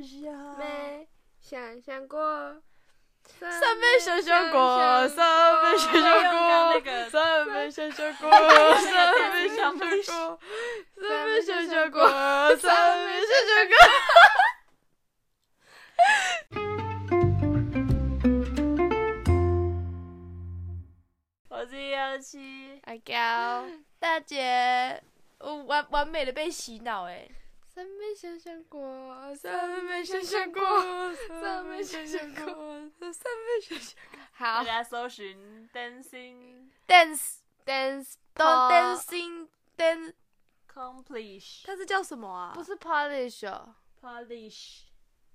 笑。 没想象过。 三杯小小果，三杯小小果，三杯小小果，三杯小小果，三杯小小果，三杯小小果。我是127， 阿娇， 大姐，我完美的被洗脑哎。 三杯小小果， 三杯小小果，三杯小小果，三杯小小果。好，大家搜寻 dancing dance dancing dance accomplish， 它是叫什么啊？ 不是 polish 哦 ，polish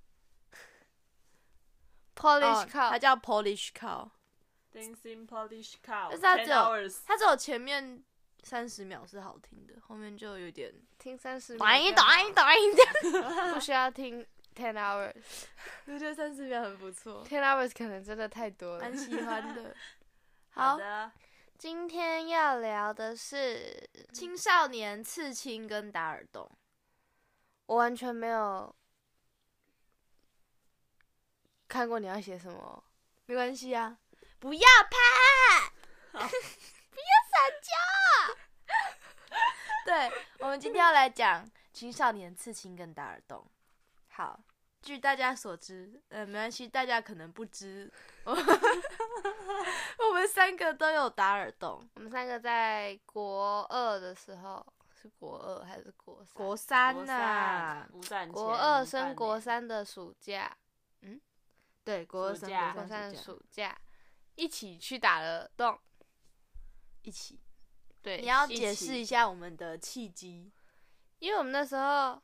cow， 它叫 polish cow， dancing polish cow， 但是它只有前面30秒是好听的，后面就有点听30秒， 短， 不需要听10 hours。 我觉得30秒很不错 ，10 hours 可能真的太多了， 蛮喜欢的。好的， 今天要聊的是青少年刺青跟打耳洞。 我完全没有看过你要写什么， 没关系啊，不要怕，不要撒娇。对，我们今天要来讲青少年刺青跟打耳洞。好，据大家所知，没关系，大家可能不知，我们3个都有打耳洞。 我们3个在国2的时候，是国2还是国3？ 国3呐， 国2升国3的暑假， 对，国2升国3 的暑假，一起去打了洞， 一起。 对， 你要解释一下我们的契机， 因为我们那时候，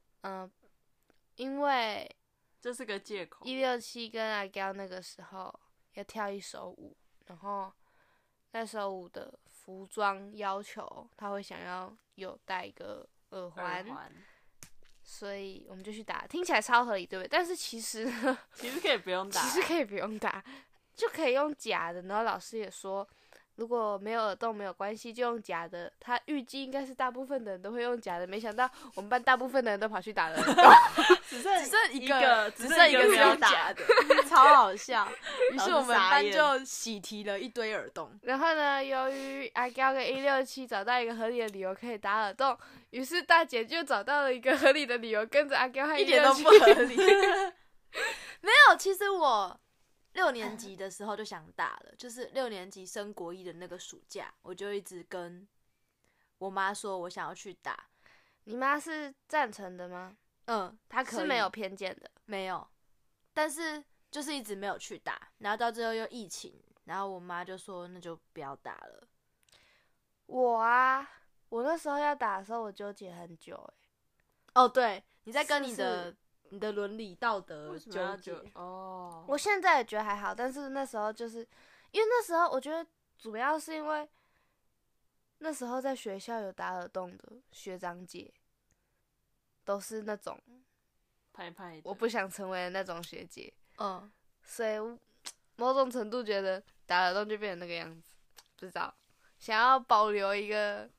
因为这是个借口。 167跟阿娇那个时候要跳一首舞，然后那首舞的服装要求，他会想要有戴一个耳环，所以我们就去打，听起来超合理，对不对？但是其实呢， 其实可以不用打， 就可以用假的。然后老师也说，如果没有耳洞没有关系，就用假的。他预计应该是大部分的人都会用假的，没想到我们班大部分的人都跑去打了耳洞，只剩一个没有打的， 超好笑。于是我们班就喜提了一堆耳洞。 然后呢，由于阿娇跟167找到一个合理的理由可以打耳洞，于是大姐就找到了一个合理的理由，跟着阿娇和167， 一点都不合理。没有，其实我6年级的时候就想打了，就是6年级升国1的那个暑假，我就一直跟我妈说我想要去打。 你妈是赞成的吗？ 她可以， 是没有偏见的， 没有，但是就是一直没有去打，然后到最后又疫情，然后我妈就说那就不要打了。 我那时候要打的时候，我纠结很久对，你在跟你的伦理道德纠结。 我现在也觉得还好，但是那时候就是因为那时候我觉得主要是因为那时候在学校有打耳洞的学长姐都是那种派的， 我不想成为的那种学姐，所以某种程度觉得打耳洞就变成那个样子，不知道想要保留一个。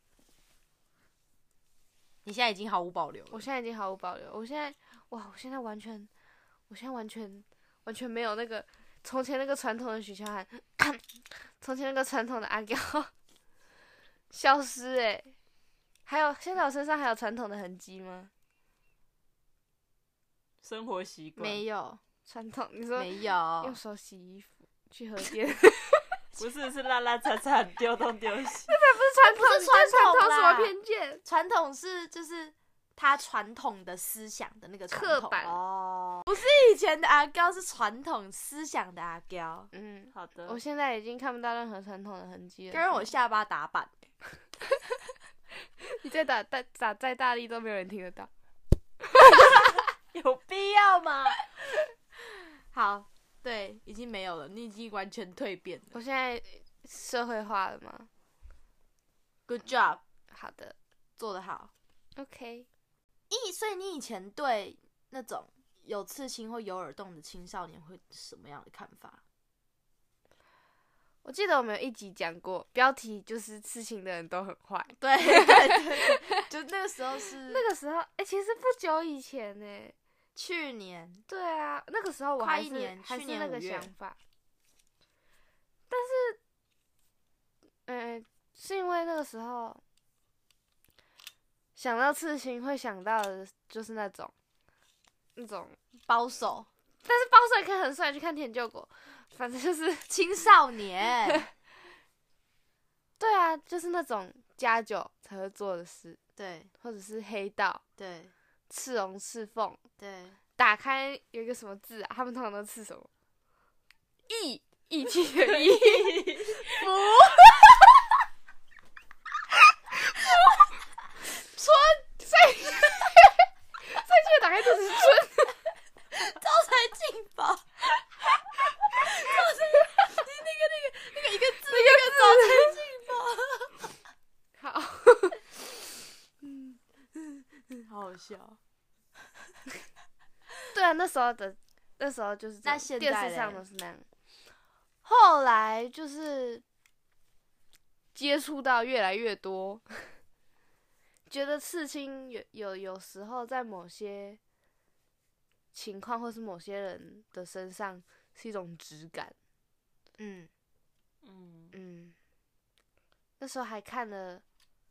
你现在已经毫无保留了。 我现在已经毫无保留，我现在完全没有那个从前那个传统的许乔涵，从前那个传统的阿娇消失还有，现在我身上还有传统的痕迹吗？ 生活习惯没有传统，你说没有用手洗衣服去河边， 不是拉拉杂杂丢东丢西， 那才不是传统， 不是传统啦， 什么偏见？ 传统是就是他传统的思想的那个刻板不是以前的阿娇，是传统思想的阿娇。好的。 我现在已经看不到任何传统的痕迹了。 跟我下巴打板， 你再打再大力都没有人听得到， 有必要吗？好，对，已经没有了，你已经完全蜕变了。 我现在社会化了吗 ？Good job， 好的， 做得好。 OK。 所以你以前对那种有刺青或有耳洞的青少年会什么样的看法？ 我记得我们有一集讲过，标题就是刺青的人都很坏。 对，就那个时候是那个时候，其实不久以前去年。 对啊，那个时候我还是快一年还去年是那个 5月想法，但是，是因为那个时候想到刺青会想到的就是那种保守但是包手也可以很帅，去看田救国，反正就是青少年。 对啊，就是那种加酒才会做的事， 对或者是黑道、 对刺龙、刺凤， 对， 打开有一个什么字啊？他们通常都刺什么？义气的义， 福春，最记得打开就是春。 招财进宝，招财，那个一个字，招财进宝， 好， 好好笑。 对啊，那时候就是这样那现在电视上都是那样。后来就是接触到越来越多，觉得刺青有时候在某些情况或是某些人的身上是一种质感。那时候还看了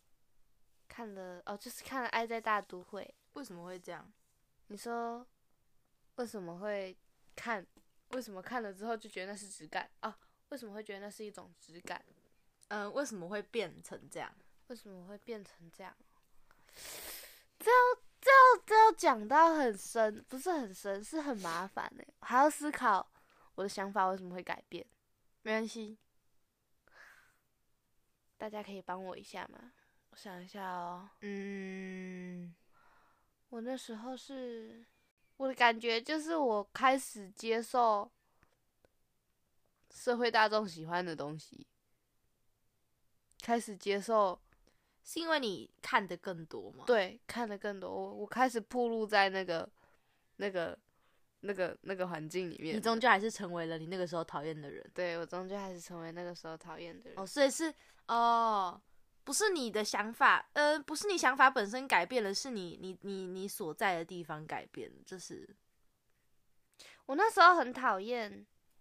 就是看了《爱在大都会》。 为什么会这样？ 你说为什么会看？为什么看了之后就觉得那是质感啊？为什么会觉得那是一种质感？ 为什么会变成这样？ 为什么会变成这样？这要讲到很深，不是很深，是很麻烦欸，还要思考我的想法为什么会改变。 没关系， 大家可以帮我一下吗？我想一下哦。我那时候我的感觉就是我开始接受社会大众喜欢的东西，开始接受， 是因为你看的更多吗？ 对，看的更多，我开始暴露在那个环境里面。 你终究还是成为了你那个时候讨厌的人。 对，我终究还是成为那个时候讨厌的人。 所以是不是你的想法，不是你想法本身改变了，是你所在的地方改变了，就是我那时候很讨厌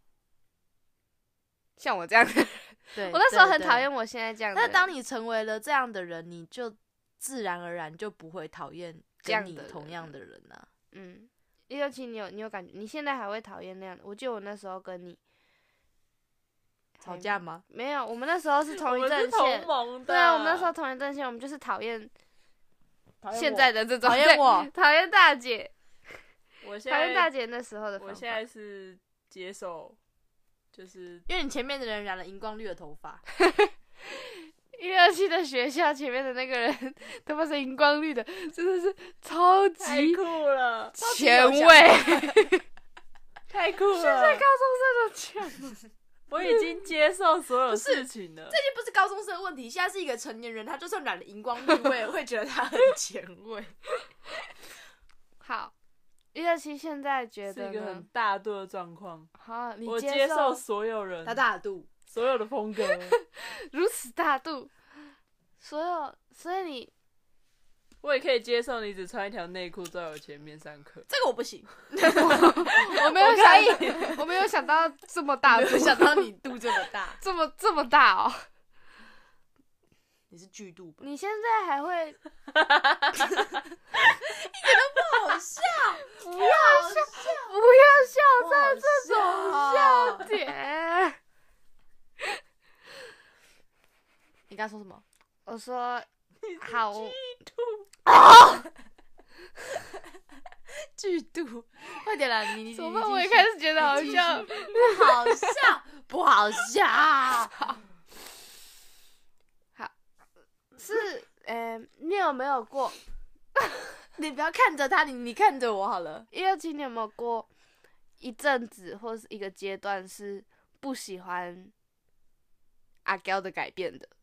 像我这样的人。 对， 我那时候很讨厌我现在这样的人。 但当你成为了这样的人，你就自然而然就不会讨厌跟你同样的人啊。 167，你有感觉？你现在还会讨厌那样的？我记得我那时候跟你吵架吗？ 没有，我们那时候是同一阵线， 同盟的。 对啊，我们那时候同一阵线，我们就是讨厌现在的这种， 讨厌我， 讨厌大姐。 我现在讨厌大姐那时候的方法。 我现在是接受，就是因为你前面的人染了荧光绿的头发。 167的学校前面的那个人头发是荧光绿的，真的是超级酷了， 前卫， 太酷了！ 现在高中生都这样了。 我已经接受所有事情了。 这已经不是高中生的问题，现在是一个成年人，他就算染了荧光绿，我也会觉得他很前卫。 好，167现在觉得是一个很大度的状况。 好，你我接受所有人， 他大度， 所有的风格， 如此大度，所以你， 我也可以接受你只穿一条内裤在我前面上课。 这个我不行。 我没有想到这么大度， 没有想到你度这么大， 这么大哦。 你是巨度吧？ 你现在还会？ 一点都不好笑， 不要笑在这种笑点。 你刚说什么？ 我说好。 巨度，快点啦！你怎么办？我也开始觉得好笑， 不好笑，不好笑。 好，是你有没有过？ 你不要看着他，你看着我好了。 167，你有没有过一阵子或是一个阶段是不喜欢阿娇的改变的？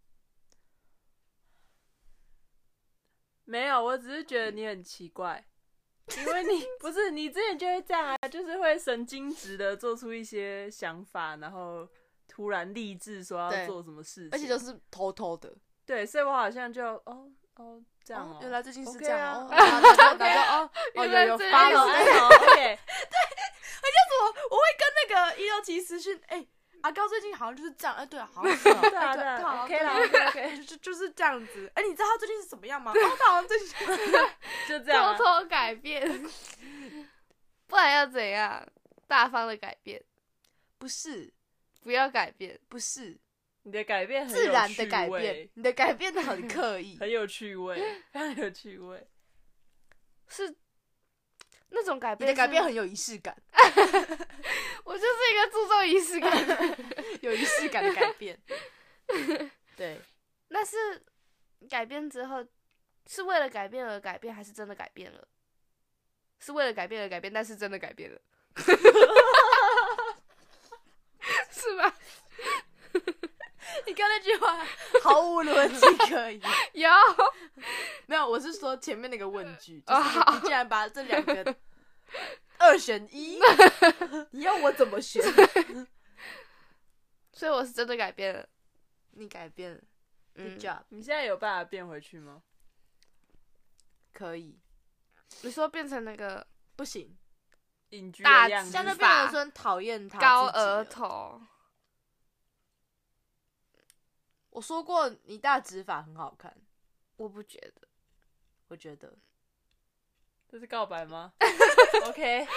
没有，我只是觉得你很奇怪，因为你不是你之前就会这样啊，就是会神经质的做出一些想法，然后突然立志说要做什么事情， 而且都是偷偷的。 对，所以我好像就这样哦， 原来最近是 OK 这样啊有原来最近发了， 是 OK， 我会跟那个167私讯，阿高最近好像就是这样，对啊，好像是哦， 对啊对啊好 ，OK 啦对 ，OK， 就是这样子。你知道他最近是怎么样吗？他好像最近就这样啊， 偷偷改变，不然要怎样？大方的改变， 不是不要改变。 不是你的改变很有自然的趣改变味， 你的改变的很刻意， 很有趣味，非常有趣味。 是那种改变， 你的改变很有仪式感， 我就是一个注重仪式感的人。 有仪式感的改变。对， 那是改变之后，是为了改变而改变，还是真的改变了？是为了改变而改变，但是真的改变了，是吧？ 你刚那句话毫无逻辑可言。 有， 没有，我是说前面那个问句，就哦是你竟然把这两个2选1，你要我怎么选？ 所以我是真的改变了。 你改变了，Good 嗯， job， 你现在有办法变回去吗？ 可以， 你说变成那个不行， 隐居大的样子现在直变成说很讨厌他高自己了额头， 我说过你大直发很好看， 我不觉得。 我觉得这是告白吗？OK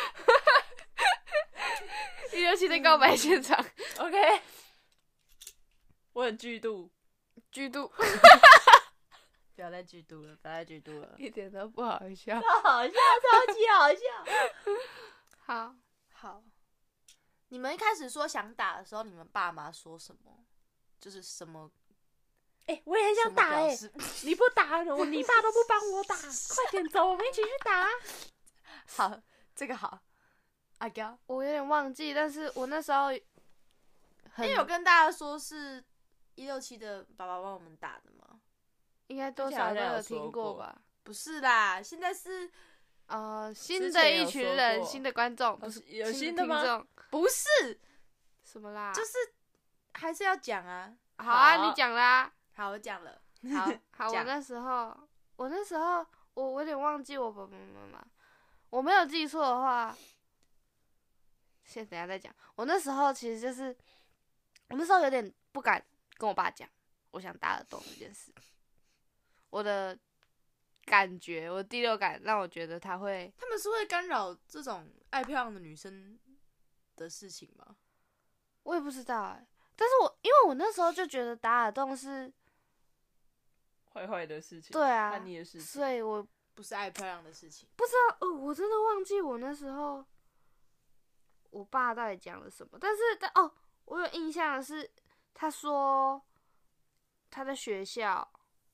167的告白现场， OK，我很嫉妒， 居度不要再嫉妒了，不要再嫉妒了。 一点都不好笑。 好笑，超级好笑。 好， 好，你们一开始说想打的时候，你们爸妈说什么？就是什么？ 我也很什么表示你不打我，你爸都不帮我打，快点走，我们一起去打。 好，这个好。阿高， 我有点忘记，但是我那时候很有跟大家说是167的爸爸帮我们打的吗？ 应该多之前好少都有听像有说过过吧。 不是啦，现在是新之的一群前有说人， 过新的观众，不是有新新的吗听众， 不是？ 什么啦？ 就是还是要讲啊。 好啊， 好你讲啦。 好，我讲了。 好，好，我讲那时候，我有点忘记我爸爸妈妈，我没有记错的话，先等一下再讲。我那时候其实就是，我那时候有点不敢跟我爸讲，我想打耳洞这件事。我的感觉，我的第六感让我觉得他会， 他们是会干扰这种爱漂亮的女生的事情吗？ 我也不知道但是因为我那时候就觉得打耳洞是， 坏坏的事情， 对啊叛逆的事情， 所以我不是爱漂亮的事情。 不知道我真的忘记我那时候我爸到底讲了什么，但我有印象的是，他说他在学校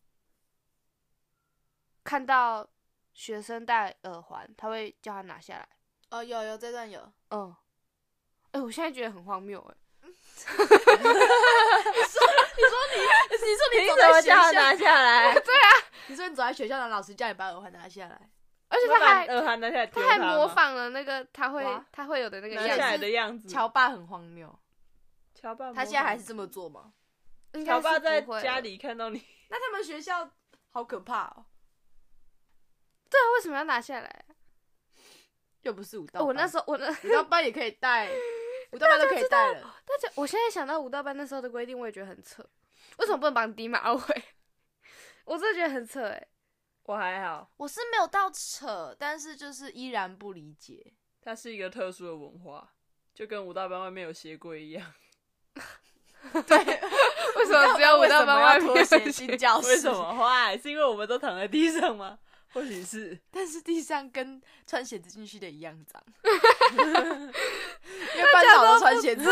看到学生戴耳环，他会叫他拿下来。 有这段有。 我现在觉得很荒谬你说凭什么叫他拿下来？ 你说你走在学校，让老师叫你把耳环拿下来。 而且他把他还耳环拿下来丢他还吗模仿了那个他会有的那个拿下来样子， 的样子。 乔爸很荒谬， 乔爸， 他现在还是这么做吗？ 应该是乔爸在不会了家里看到你， 那他们学校好可怕哦， 对啊，为什么要拿下来？ 又不是舞蹈班。 我那时候舞蹈班也可以戴，舞蹈班都可以戴了。 我现在想到舞蹈班那时候的规定，我也觉得很扯。为什么不能绑低马尾？我真的觉得很扯我还好， 我是没有到扯，但是就是依然不理解。 它是一个特殊的文化，就跟舞蹈班外面有鞋柜一样。 对， 为什么只有舞蹈班外面拖鞋进教室？ 为什？么坏？是因为我们都躺在地上吗？或许是。 但是地上跟穿鞋子进去的一样脏，因为班导都穿鞋子。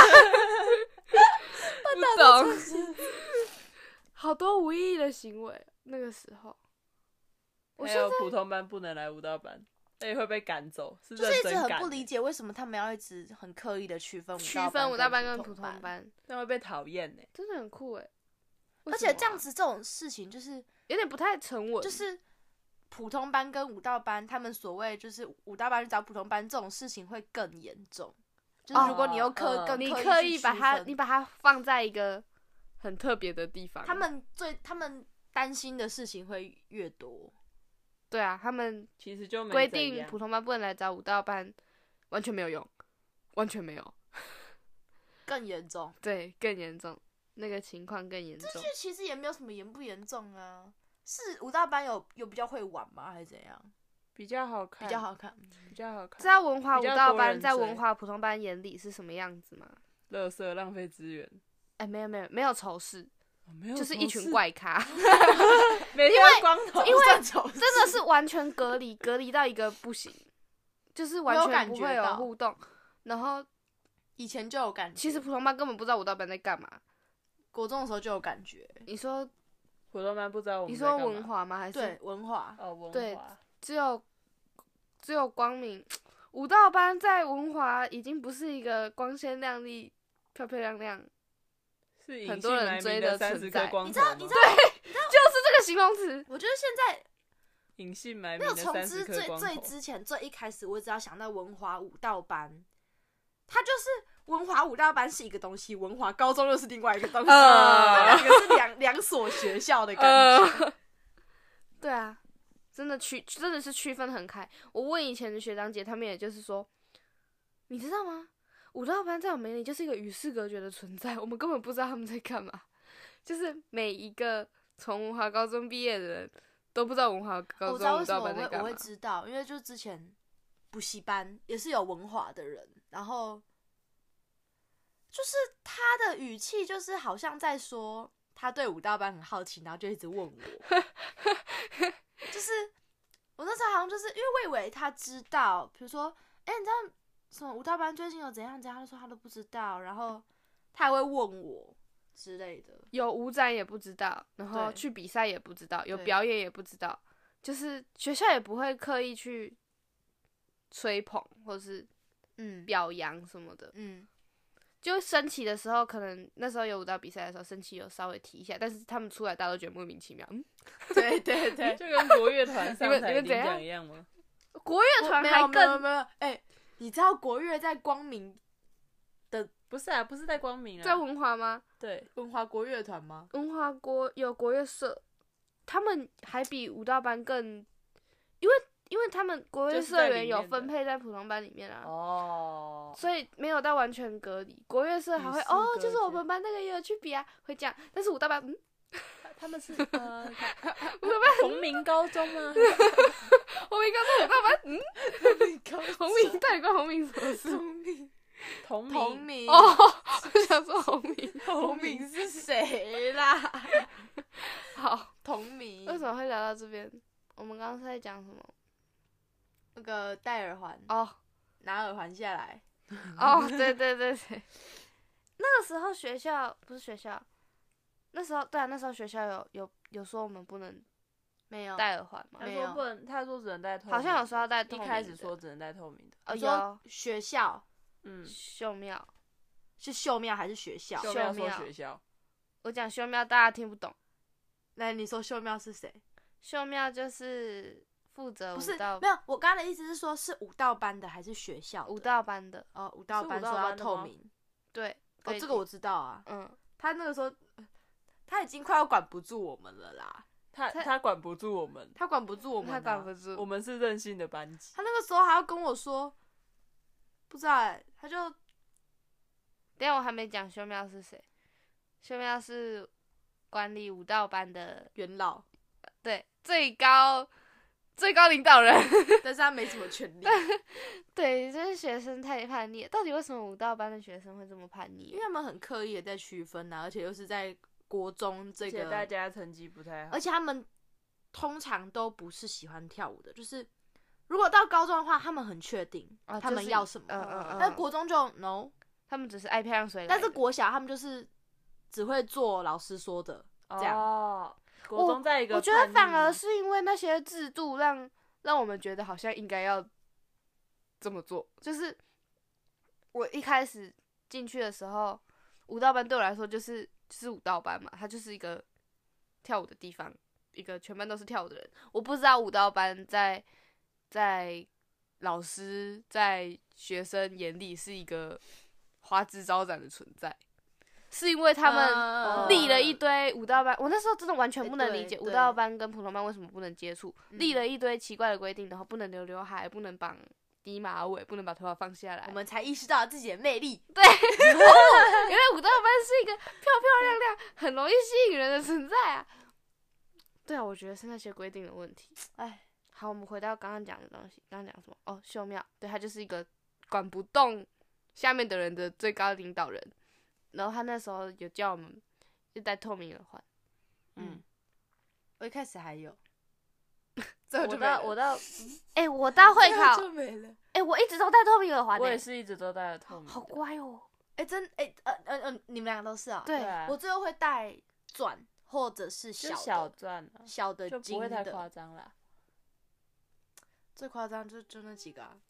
不懂，好多无意义的行为。那个时候，我还现在有普通班不能来舞蹈班，所以会被赶走，是就是一直很认真赶不理解为什么他们要一直很刻意的区分舞蹈班跟普普通班， 那会被讨厌呢。 真的很酷而且这样子这种事情就是有点不太沉稳， 就是普通班跟舞蹈班，他们所谓就是舞蹈班去找普通班这种事情会更严重。就是如果你又你更刻刻意把去区分它放在一个很特别的地方， 他们担心的事情会越多。 对啊，他们其实就没规怎样定普通班不能来找舞蹈班，完全没有用，完全没有。 更严重。 对，更严重，那个情况更严重。 这其实也没有什么严不严重啊，是舞蹈班有比较会玩吗，还是怎样？ 比较好看， 比较好看。 比较好看。 知道文华舞比较蹈班多人追在文华普通班眼里是什么样子吗？ 垃圾浪费资源， 没有仇视， 没有就是一群仇视， 怪咖， 每天光头， 因为真的是完全隔离到一个不行，就是完全不会有互动。然后以前就有感觉， 其实普通班根本不知道舞蹈班在干嘛。 国中的时候就有感觉。 你说普通班不知道我们你说在干嘛文华吗？还是对文化？ 哦文对华， 只有光明舞蹈班在文华已经不是一个光鲜亮丽、漂漂亮亮， 是很多人追的存 30 在颗光头你知道吗就是这个形容词。 我觉得现在隐姓埋没名的有从之 30颗光最头， 之前最一开始，我只要想到文华舞蹈班，它就是文华舞蹈班是一个东西，文华高中又是另外一个东西，它两个是两所学校的感觉。 对啊，真的是区分很开。我问以前的学长姐，他们也就是说，你知道吗？舞蹈班在我们眼里就是一个与世隔绝的存在，我们根本不知道他们在干嘛。就是每一个从文华高中毕业的人都不知道文华高我知道为什中舞蹈么我会班在干嘛。 知道，因为就是之前补习班也是有文化的人，然后就是他的语气就是好像在说他对舞蹈班很好奇，然后就一直问我，就是我那时候好像就是因为我以为他知道，比如说你知道什么舞蹈班最近有怎样怎样，他就说他都不知道，然后他还会问我之类的。 有舞展也不知道，然后对去比赛也不知道，有对表演也不知道，就是学校也不会刻意去吹捧或是表扬什么的。就升旗的时候，可能那时候有舞蹈比赛的时候，升旗有稍微提一下，但是他们出来大家都觉得莫名其妙。 对对对， 就跟国乐团上你们台领怎样奖一样吗？ 国乐团还没有更你知道国乐在光明不是啊，不是在光明啊， 在文华吗？ 对， 文华国乐团吗？ 文华有国乐社，他们还比舞蹈班更，因为他们国乐社员有分配在普通班里面啊。 哦， 所以没有到完全隔离，国乐社还会与世隔就是我绝们班那个也有去比啊，会这样。但是舞蹈班， 他们是弘明高中吗？ 红明高中舞蹈班，红明到底关红明什么事？ 同名哦，我想说红明， 同名是谁啦？ 好， 同名为什么会聊到这边？我们刚刚是在讲什么？ 那个戴耳环哦拿耳环下来， 哦，对，那个时候学校不是学校，那时候学校有说我们不能没有戴耳环吗？ 他没有说不能，他说只能戴透明的， 好像有说要戴透一明的， 开始说只能戴透明的， 哦你说学校秀庙， 是秀庙还是学校？ 秀妙说妙学校， 我讲秀庙大家听不懂， 来，你说秀庙是谁？ 秀庙就是负责不是舞蹈没有，我刚刚的意思是说，是舞蹈班的还是学校的？ 舞蹈班的， 哦，舞蹈班是舞蹈说要班的吗透明。 对， 哦，这个我知道啊。 嗯， 他那个时候他已经快要管不住我们了啦， 他管不住我们， 他管不住我们、 他管不住， 我们是任性的班级。 他那个时候还要跟我说，不知道他就等一下我还没讲秀庙是谁，秀庙是管理舞蹈班的， 元老， 对，最高领导人。 但是他没什么权利， 对，就是学生太叛逆了。到底为什么舞蹈班的学生会这么叛逆因为？他们很刻意的在区分而且又是在国中这而且大个， 家成绩不太好， 而且他们通常都不是喜欢跳舞的，就是如果到高中的话，他们很确定他们要什么，但国中就 no， 他们只是爱漂亮水来的。 但是国小他们就是只会做老师说的这样。 哦，国中在一个我觉得反而叛逆是因为那些制度让我们觉得好像应该要这么做。就是我一开始进去的时候，舞蹈班对我来说就是舞蹈班嘛，它就是一个跳舞的地方，一个全班都是跳舞的人。我不知道舞蹈班在老师在学生眼里是一个花枝招展的存在。 是因为他们立了一堆舞蹈班，我那时候真的完全不能理解舞蹈班跟普通班为什么不能接触，立了一堆奇怪的规定，然后不能留刘海，不能绑低马尾，不能把头发放下来， 我们才意识到自己的魅力。 对，原来舞蹈班是一个漂漂亮亮、很容易吸引人的存在啊。对啊，我觉得是那些规定的问题。哎，好，我们回到刚刚讲的东西，刚刚讲什么？哦，秀庙，对，他就是一个管不动下面的人的最高领导人。然后他那时候有叫我们就戴透明耳环。 我一开始还有。 我到会考就没了。 我一直都戴透明耳环。 我也是一直都戴了透明的。 好乖哦。 你们两个都是啊？ 对啊。 我最后会戴钻或者是小钻啊， 小的金的， 就不会太夸张啦。 最夸张就那几个啊。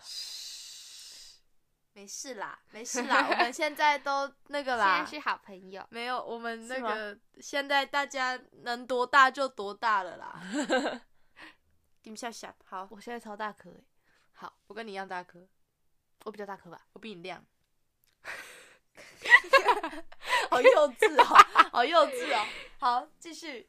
没事啦，没事啦，我们现在都那个啦， 现在是好朋友。 没有，我们那个现在大家能多大就多大了啦。你们笑，好， 我现在超大颗欸。 好，我跟你一样大颗， 我比较大颗吧， 我比你亮。好幼稚哦，好幼稚哦。好，继续。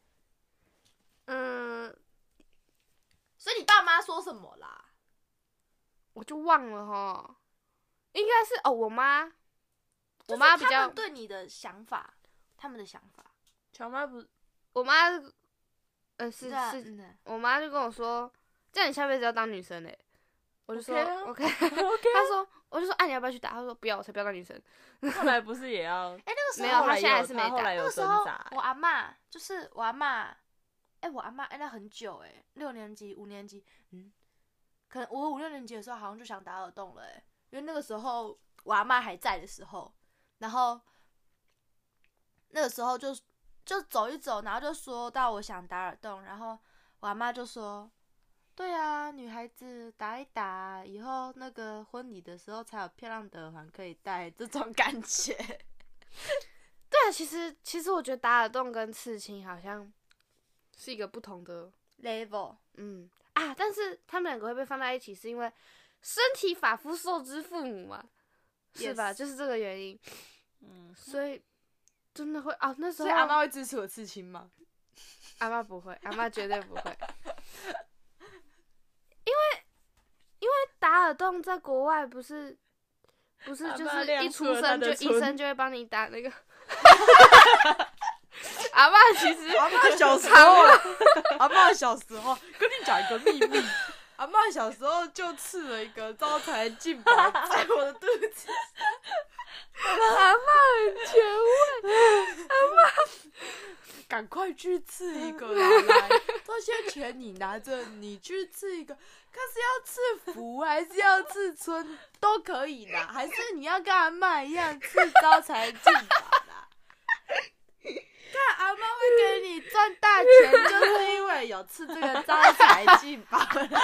所以你爸妈说什么啦？ 我就忘了齁。应该是我妈比较他们对你的想法，他们的想法。 乔妈不， 我妈是，我妈就跟我说，这样你下辈子要当女生嘞。我就说 OK， 她说，我就说你要不要去打？她说不要，我才不要当女生。 后来不是也要？ 那个时候没有，她现在还是没打。 那个时候我阿嬷就是我阿嬷，我阿嬷那很久6年级5年级，可能我5、6年级的时候好像就想打耳洞了因为那个时候我阿嬷还在的时候，然后那个时候就走一走，然后就说到我想打耳洞，然后我阿嬷就说，对啊，女孩子打一打，以后那个婚礼的时候才有漂亮的耳环可以戴，这种感觉。 对啊，其实我觉得打耳洞跟刺青好像是一个不同的 level。 但是他们两个会被放在一起，是因为身体发肤受之父母嘛，是吧？就是这个原因。所以真的会那时候。 所以阿嬷会支持我刺青吗？ 阿嬷不会，阿嬷绝对不会。因为打耳洞在国外不是就是一出生就医生就会帮你打那个。阿嬷其实阿嬷小时候，阿嬷小时候跟你讲一个秘密，阿嬷小时候就刺了一个招财进宝在我的肚子。 阿嬷很前卫，阿嬷赶快去刺一个来，这些钱你拿着，你去刺一个，看是要刺福还是要刺春都可以啦，还是你要跟阿嬷一样刺招财进宝啦？看阿嬷会给你赚大钱，就是因为有刺这个招财进宝了。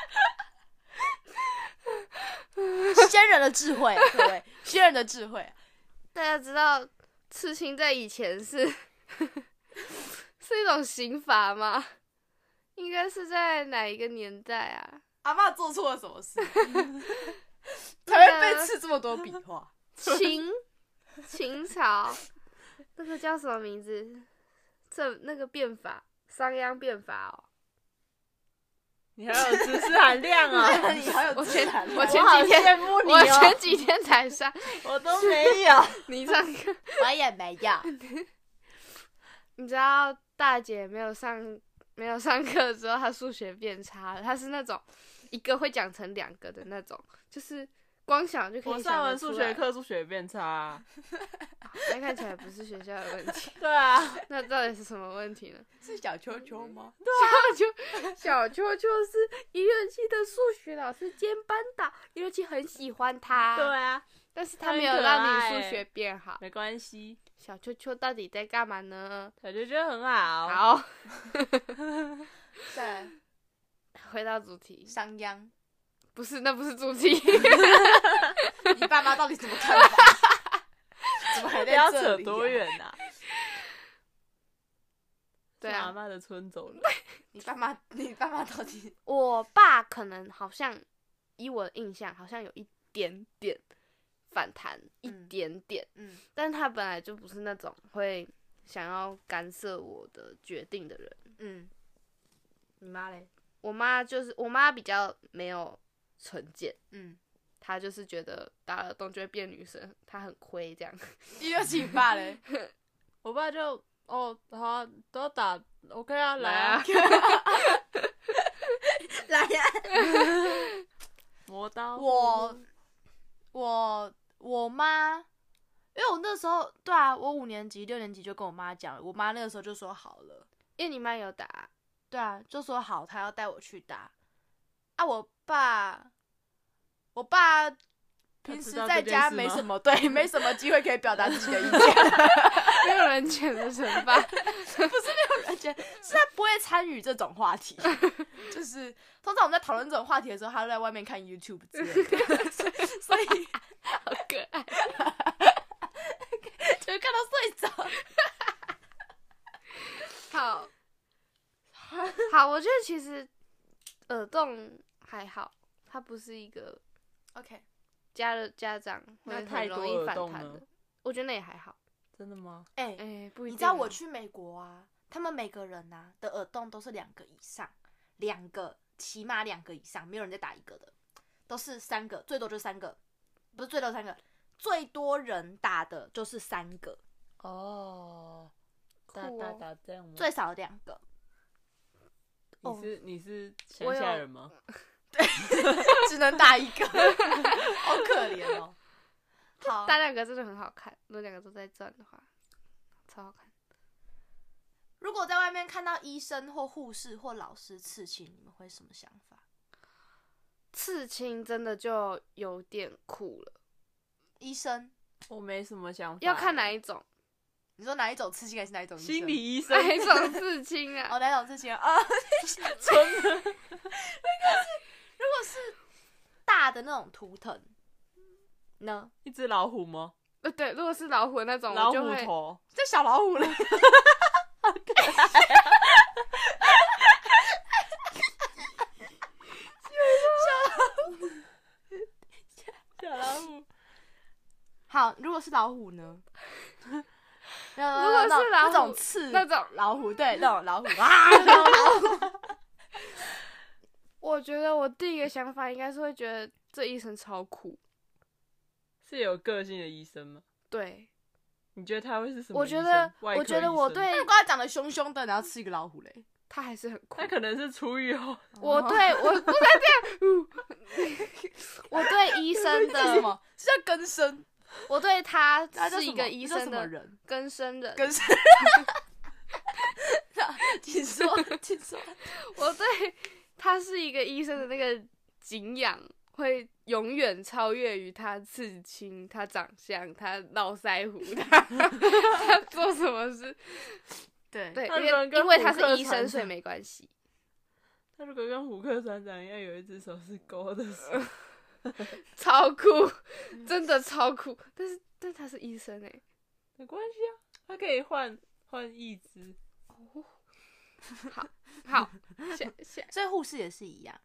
先人的智慧，各位，先人的智慧。 大家知道刺青在以前是一种刑罚吗？应该是在哪一个年代啊？ 阿嬷做错了什么事，才会被刺这么多笔画？ 秦朝那个叫什么名字？那个变法，商鞅变法哦。 你还有知识含量啊！ 你还有知识含量， 我前几天才上， 我都没有。 你上课， 我也没有。 你知道大姐没有上课之后，她数学变差了。她是那种一个会讲成2个的那种，就是光想就可以想得出来。 我上完数学课，数学变差啊。 那看起来不是学校的问题。 对啊， 那到底是什么问题呢？ 是小秋秋吗？ 小秋秋是167的数学老师兼班导，167很喜欢他。 对啊， 但是他没有让你数学变好。 没关系。 小秋秋到底在干嘛呢？ 小秋秋很好。 好。 再来， 回到主题。 商鞅。 不是，那不是主题。 你爸妈到底怎么看法？怎么还在这里？ 不要扯多远啊！ 对啊， 阿嬷的村走了。 你爸妈到底？ 我爸可能好像，以我的印象，好像有一点点反弹一点点，但他本来就不是那种会想要干涉我的决定的人。 你妈嘞？ 我妈比较没有成见，她就是觉得打耳洞就会变女生，她很亏这样。 167爸嘞？ 我爸就好啊，都要打 ，OK 啊，来啊， 来呀！ 磨刀。 我妈，因为我那时候对啊，我5年级6年级就跟我妈讲了，我妈那个时候就说好了， 因为你妈有打。 对啊，就说好，她要带我去打。啊，我爸平时在家没什么没什么机会可以表达自己的意见， 没有人权的惩罚， 不是没有人权，是他不会参与这种话题。就是通常我们在讨论这种话题的时候，他都在外面看 YouTube 之类的，所以好可爱， 就看到睡着。 好，我觉得其实耳洞还好，它不是一个 OK。 家长会很容易反弹的，我觉得那也还好。 真的吗？ 不一定。 你知道我去美国啊，他们每个人啊的耳洞都是2个以上，2个起码2个以上，没有人再打1个的，都是3个，最多就3个，不是最多3个，最多人打的就是3个。 哦，打这样吗？ 最少2个。 你是乡下人吗？ 对，只能打1个，好可怜哦。好， 打2个真的很好看，如果2个都在转的话，超好看。 如果在外面看到医生或护士或老师刺青，你们会什么想法？ 刺青真的就有点酷了。 医生， 我没什么想法。 要看哪一种？ 你说哪一种刺青还是哪一种医生？ 心理医生。 哪一种刺青啊？ 哪种刺青啊？ 真的。 如果是大的那种图腾呢？ 一只老虎吗？ 对，如果是老虎的那种， 老虎头， 这小老虎了，好可爱。 小老虎。 好，如果是老虎呢？ 如果是老虎那种刺那种老虎，对，那种老虎啊，那种老虎。 我觉得我第一个想法应该是会觉得这医生超酷， 是有个性的医生吗？ 对， 你觉得他会是什么？ 我觉得我对， 如果他长得凶凶的，然后吃一个老虎嘞， 他还是很酷。 他可能是出狱后。 我不能这样。我对医生的是什么？是叫根生？ 我对他是一个医生的人， 根生人。 根生。请说。 我对他是一个医生的那个敬仰会永远超越于他刺青、他长相、他络腮胡、他做什么事。对，因为他是医生，所以没关系。 他如果跟虎克船长一样，有一只手是勾的手， 超酷，真的超酷。但他是医生欸， 没关系啊，他可以换义肢。 好， 所以护士也是一样。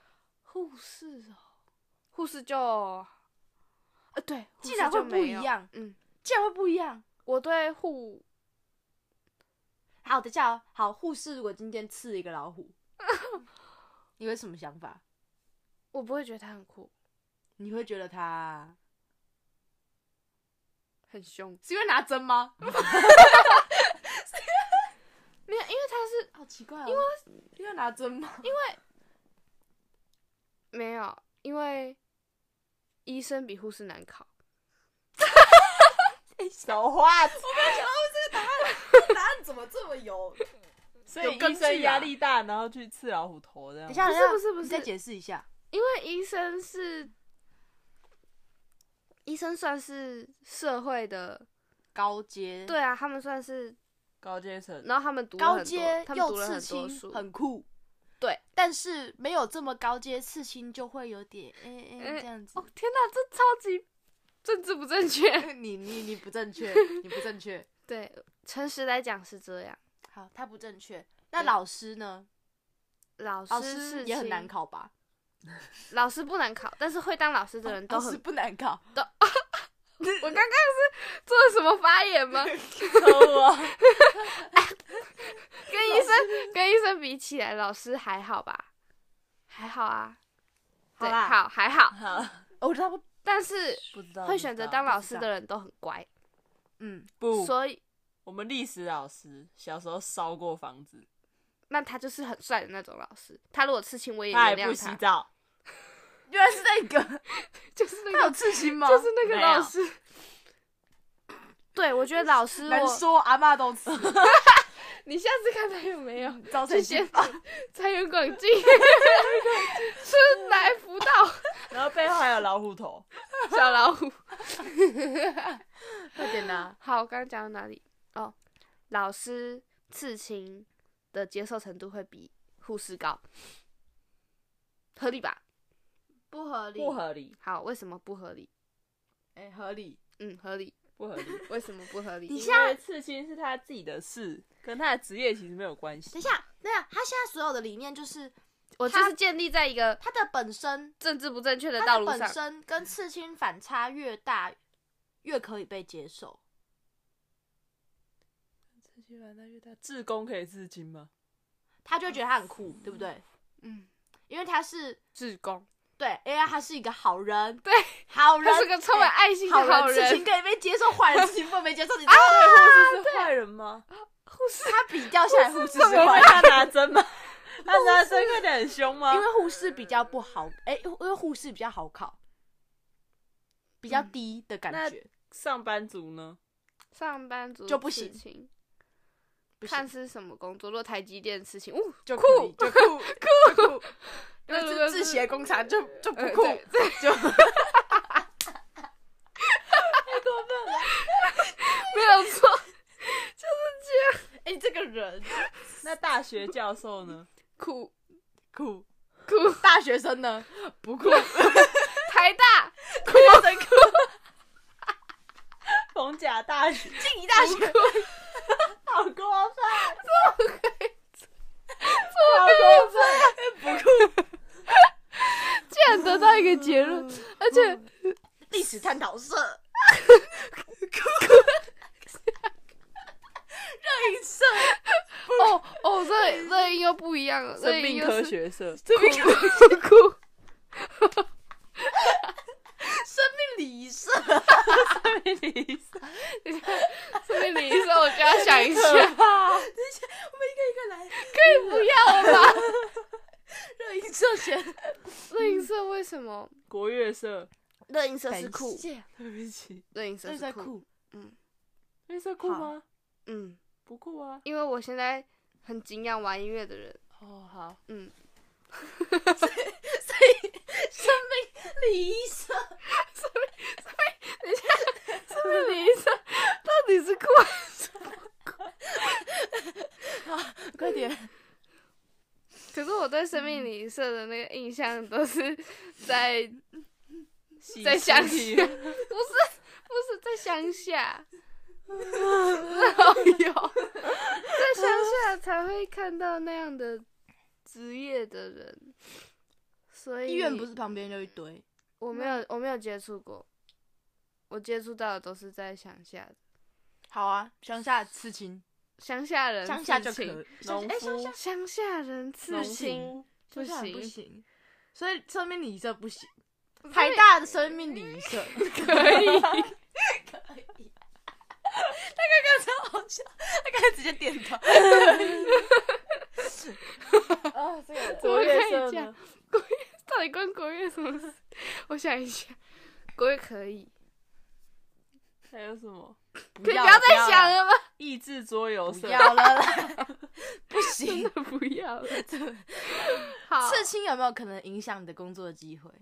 护士就，对， 竟然会不一样，竟然会不一样。 我对好，等一下哦。好，护士如果今天刺一个老虎，你会什么想法？ 我不会觉得他很酷， 你会觉得他很凶， 是因为拿针吗？ 没有，因为他是好奇怪哦。因为拿针吗？ 没有，因为医生比护士难考。 手话，我没有想到这个答案怎么这么有？ 所以医生压力大，然后去刺老虎头这样。 等一下， 不是， 你再解释一下。 因为医生算是社会的高阶， 对啊，他们算是高阶层， 然后他们读了很多， 高阶他们读了又很多刺青， 书， 很酷。 对， 但是没有这么高阶刺青，就会有点这样子。 哦天哪，这超级政治不正确。 你不正确，你不正确。 对，诚实来讲是这样。 好，他不正确。那老师呢？ 老师也很难考吧？ 老师不难考，但是会当老师的人都很不难考。 我刚刚是做了什么发言吗？ 抽啊！ 跟医生比起来，老师还好吧？还好啊。对， 好啦好还好。 好， 我知道但是不知道会选择当老师的人都很乖， 不， 所以我们历史老师小时候烧过房子， 那他就是很帅的那种老师。他如果刺青，我也他还不原谅他。 洗澡。 原来是那个， 就是那他有个， 刺青吗？ 就是那个没有老师。对，我觉得老师难说，阿嬷都吃。 你下次看他有没有招去见财进宝财源广进，春来福到， 然后背后还有老虎头。 小老虎。 快点啦！ 好，我刚刚讲到哪里？哦，老师刺青的接受程度会比护士高，合理吧？ 不合理， 不合理， 好，为什么不合理？ 合理。 合理。 不合理。 为什么不合理？ 你因为刺青是他自己的事，跟他的职业其实没有关系。 等一下，他现在所有的理念就是我就是建立在一个他的本身， 政治不正确的他的本道路上。 身跟刺青反差越大，越可以被接受。 刺青反差越大，志工可以刺青吗？ 他就会觉得他很酷，对不对？因为他是志工， 对，因为他是一个好人， 对， 好人， 他是个充满爱心的好好人。 刺青可以被接受，坏人刺青不能被接受，你知道吗？ 护士是坏人吗？ 护士他比较下来，护士是因为坏他拿针吗？他拿针看起来很凶吗？ 因为护士比较不好，因为护士比较好考，比较低的感觉。 上班族呢？ 上班族就不行刺青不行看是什么工作。如果台积电的事情， 就酷可以就酷酷， 那如果是那是制鞋工厂就不酷， 对就没有错， 这个人那大学教授呢？ 酷酷， 酷。 大学生呢不酷， 台大酷真酷， 逢甲大学， 静宜大学好过分， 好过分， 不酷。 竟然得到一个结论，而且历史探讨社，热映社， 这音又不一样了， 生命科学社， 酷。 生命礼仪社， 生命理社， 生命礼仪社我就要想一下， 可怕。 我们一个一个来， 可以不要了吧？ 热映社先， 乐音社为什么？ 国乐社， 乐音社是酷， 谢对不起， 乐音社热是酷， 在酷， 乐社酷吗？不酷啊。 因为我现在很敬仰玩音乐的人， 哦，好， 所以生命礼仪社， 生命礼仪社到底是酷还是不酷？ 快点， 可是我对生命礼仪社的那个印象都是在乡下，不是在乡下，在乡下才会看到那样的职业的人，所以医院不是旁边就一堆， 我没有接触过，我接触到的都是在乡下的好啊，乡下刺青， 乡下人， 乡下就可以， 农夫乡下人刺青不乡下人不行， 行，所以生命礼仪社不行，台大的生命礼仪社可以。 可以。他刚刚超好笑，他刚才直接点头。啊，这个国乐社呢？ 到底关国乐什么事？我想一下，国乐可以， 还有什么？ 不可以不要再想了吗？ 益智桌游社， 不要了啦，不行。 不要了。好， 刺青有没有可能影响你的工作机会？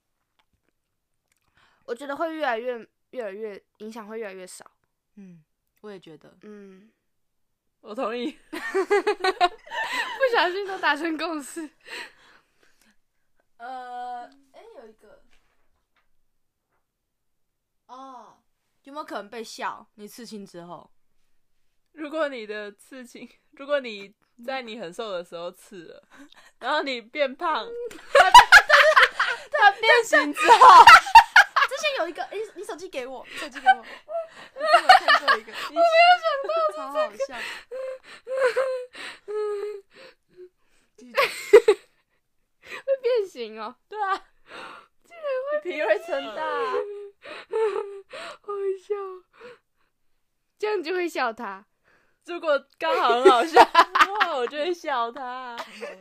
我觉得会越来越影响，会越来越少。 我也觉得。 我同意。 不小心都达成共识。 有一个，有没有可能被笑？你刺青之后， 如果你的刺青，如果你在你很瘦的时候刺了，然后你变胖，他变形之后， 之前有一个，你手机给我，手机给我。我有看过一个，我没有想到，超好笑。 会变形哦。 对啊，竟然会皮会撑大， 好笑。这样就会笑他。 如果刚好很好笑的话，我就会笑他。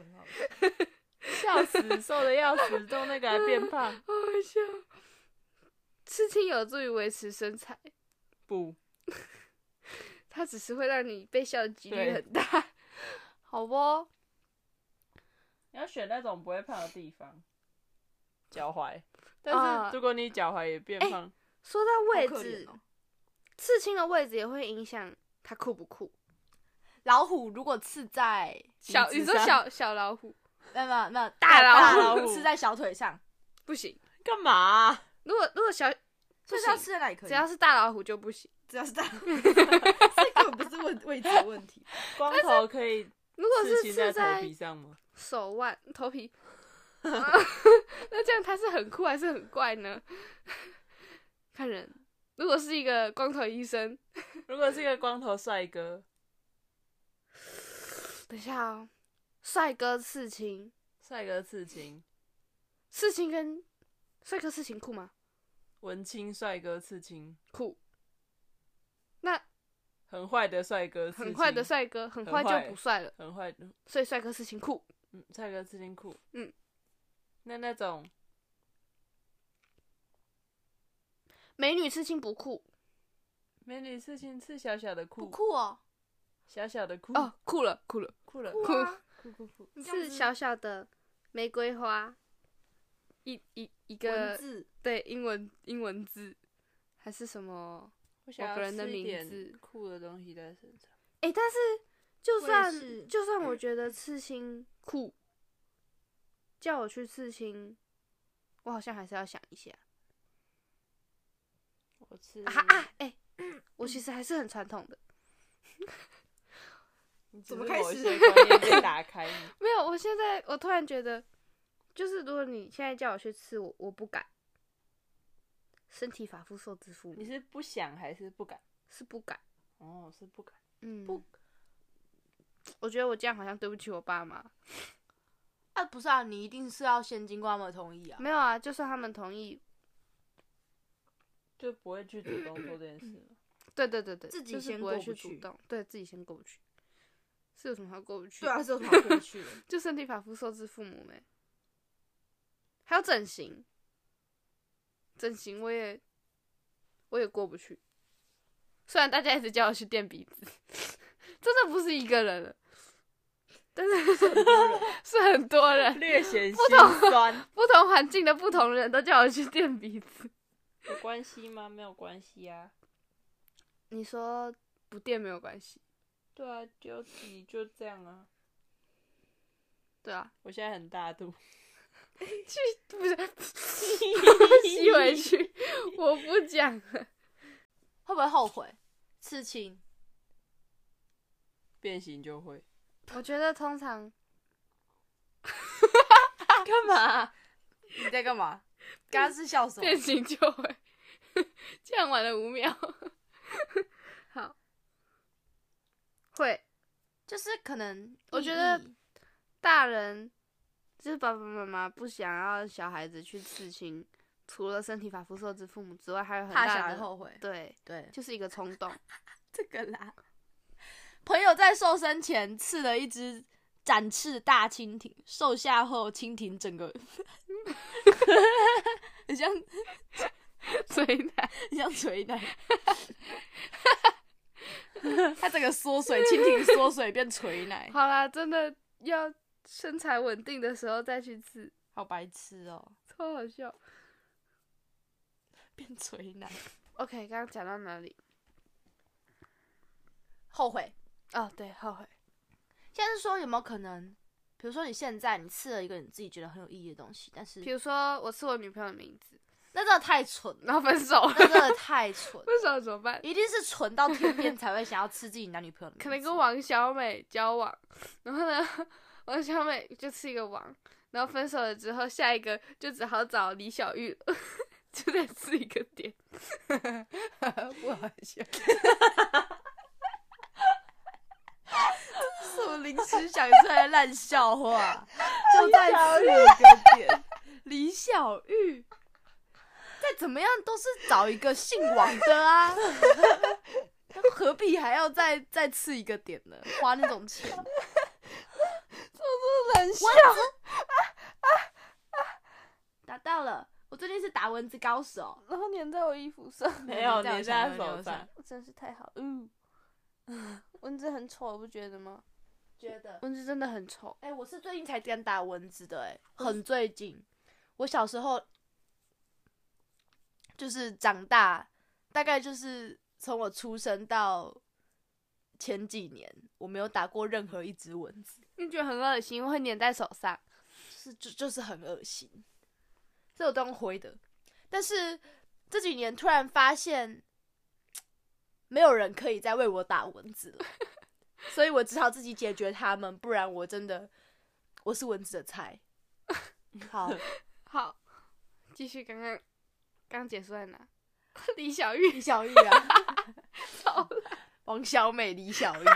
笑死，瘦的要死，用那个来变胖， 好好笑。刺青有助于维持身材， 不， 它只是会让你被笑的几率很大，好不？ 你要选那种不会胖的地方，脚踝。但是如果你脚踝也变胖， 说到位置， 哦、 刺青的位置也会影响它酷不酷。 老虎如果刺在你说小老虎， 没有大老虎刺在小腿上， 不行。 干嘛、啊？ 如果小， 所以要刺在哪里可以？ 只要是大老虎就不行。 只要是大老虎，这根本不是位置的问题。 光头可以， 如果是刺在头皮上吗？ 手腕、头皮，那这样他是很酷还是很怪呢？看人。如果是一个光头医生， 如果是一个光头帅哥， 等一下哦，帅哥刺青， 帅哥刺青， 刺青跟帅哥刺青酷吗？ 文青帅哥刺青酷。那很坏的帅哥刺青， 很坏的帅哥，很坏就不帅了， 很坏的， 所以帅哥刺青酷。 帅哥刺青酷。那种美女刺青不酷， 美女刺青刺小小的酷， 不酷哦， 小小的酷哦，酷了， 酷， 是小小的玫瑰花，一个文字， 对，英文字，还是什么某个人的名字， 酷的东西在身上。 但是就算我觉得刺青酷，叫我去刺青，我好像还是要想一下。 我刺我其实还是很传统的。 怎么开始？观念被打开？ 没有，我突然觉得，就是如果你现在叫我去刺，我不敢。身体发肤受之父母。 你是不想还是不敢？ 是不敢。 哦，是不敢。 不。我觉得我这样好像对不起我爸妈。 不是啊，你一定是要先经过他们的同意啊。 没有啊，就算他们同意， 就不会去主动做这件事了。 对， 自己先过不去， 主动， 对自己先过不去，是有什么好过不去？ 对啊，是有什么好过不去的？ 就身体发肤受之父母没。还有整形我也过不去。虽然大家一直叫我去垫鼻子，真的不是一个人了，但是是很多人， 略显心酸。 不同环境的不同人都叫我去垫鼻子。 有关系吗？没有关系啊。 你说不垫没有关系？ 对啊，就这样啊。 对啊， 我现在很大度。 不是吸回去，我不讲了。 会不会后悔？刺青变形就会。 我觉得通常干嘛？你在干嘛？刚刚是笑什么？ 变形就会。这样玩了5秒。好，会， 就是可能我觉得大人就是爸爸妈妈不想要小孩子去刺青，除了身体发肤受之父母之外，还有很大的怕小孩后悔。 对，就是一个冲动。 这个啦，朋友在瘦身前刺了一只展翅大蜻蜓，瘦下后蜻蜓整个很像捶奶， 很像捶奶。它整个缩水，蜻蜓缩水变捶奶。 好啦，真的要身材稳定的时候再去刺， 好白痴哦， 超好笑。 变捶奶。 OK， 刚刚讲到哪里？ 后悔。 哦，对，后悔。 现在是说有没有可能，比如说你现在你刺了一个你自己觉得很有意义的东西，但是比如说我刺我女朋友的名字， 那真的太蠢了， 然后分手了， 那真的太蠢了。 分手了怎么办？ 一定是蠢到天边才会想要刺自己男女朋友的名字。 可能跟王小美交往，然后呢，王小美就刺一个王，然后分手了之后，下一个就只好找李小玉了。就就再刺一个点，不好笑。 什么临时想出来的烂笑话？就再刺一个点。李小玉，再怎么样都是找一个姓王的啊，何必还要再刺一个点呢？花那种钱， 冷笑。 打到了！我最近是打蚊子高手， 然后粘在我衣服上， 没有粘在手上， 我真是太好了。蚊子很丑，不觉得吗？ 觉得蚊子真的很丑。 我是最近才敢打蚊子的，很最近。我小时候就是长大，大概就是从我出生到前几年，我没有打过任何一只蚊子。 你觉得很恶心，会粘在手上， 就是很恶心，这我都用挥的。但是这几年突然发现，没有人可以再为我打蚊子了，所以我只好自己解决它们，不然我真的是蚊子的菜。 好，继续刚结束在哪？李小玉啊，王小美、李小玉，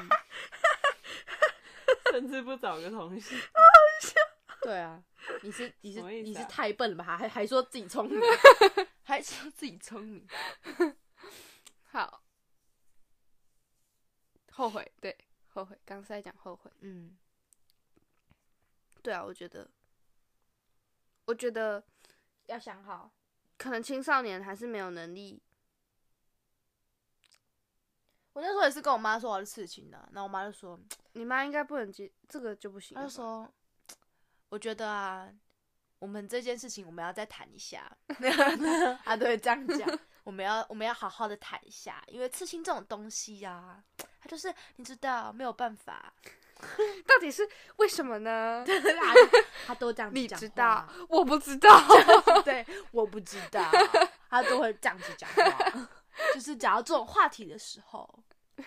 甚至不找个同学。 对啊，你是你是太笨了吧？还说自己聪明，还说自己聪明。 好，后悔，对，后悔，刚才讲后悔。对啊，我觉得要想好， 可能青少年还是没有能力。 我那时候也是跟我妈说我要去刺青的，然后我妈就说， 你妈应该不能接这个就不行。 她就说，我觉得啊，我们这件事情我们要再谈一下。她都会这样讲，我们要好好的谈一下，因为刺青这种东西啊，它就是你知道没有办法。 到底是为什么呢？ 他都这样子你讲话， 知道，我不知道。 对，我不知道，他都会这样子讲话。就是讲到这种话题的时候，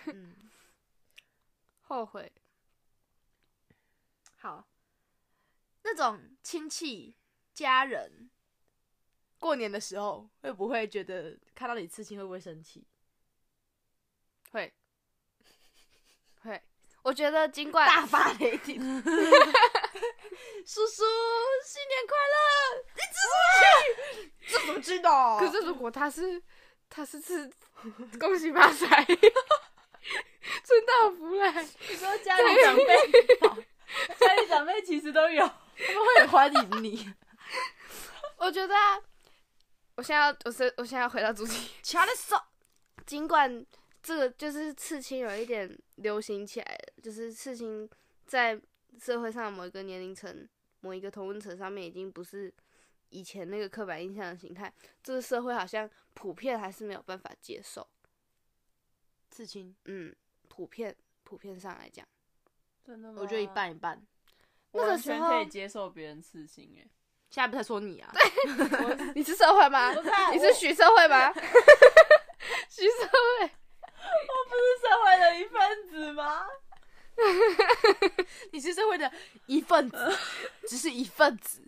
后悔。 好，那种亲戚家人过年的时候，会不会觉得看到你刺青会不会生气？ 会。我觉得尽管大发雷霆，叔叔新年快乐！你刺青，这怎么知道？ 可是如果他是刺恭喜发财，春到福来， 你说家里长辈，家里长辈其实都有， 他们会很欢迎你。 我觉得啊，我现在要回到主题，尽管。这个就是刺青有一点流行起来了，就是刺青在社会上某一个年龄层、某一个同温层上面，已经不是以前那个刻板印象的形态。这个社会好像普遍还是没有办法接受刺青。 普遍上来讲， 真的吗？ 我觉得一半一半。 我完全可以接受别人刺青诶。 现在不在说你啊？ 你是社会吗？你是许社会吗？许社会。 我不是社会的一份子吗？ 你是社会的一份子，只是一份子。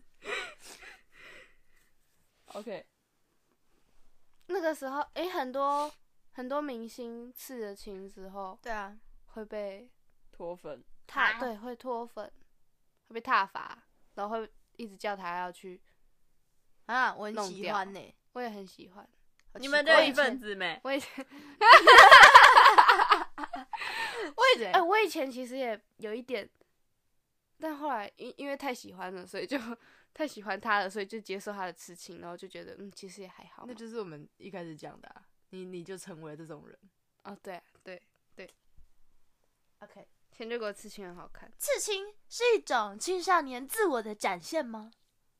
OK。 那个时候，很多明星刺了青之后， 对啊， 会被脱粉。 对，会脱粉，会被挞伐，然后会一直叫他要去啊，我很喜欢呢， 我也很喜欢。 你们就一份子没？ 我以前其实也有一点，但后来因为太喜欢了，所以就太喜欢他了，所以就接受他的刺青，然后就觉得其实也还好。 那就是我们一开始讲的啊，你就成为了这种人。 哦，对。 OK， 前就给我刺青很好看。 刺青是一种青少年自我的展现吗？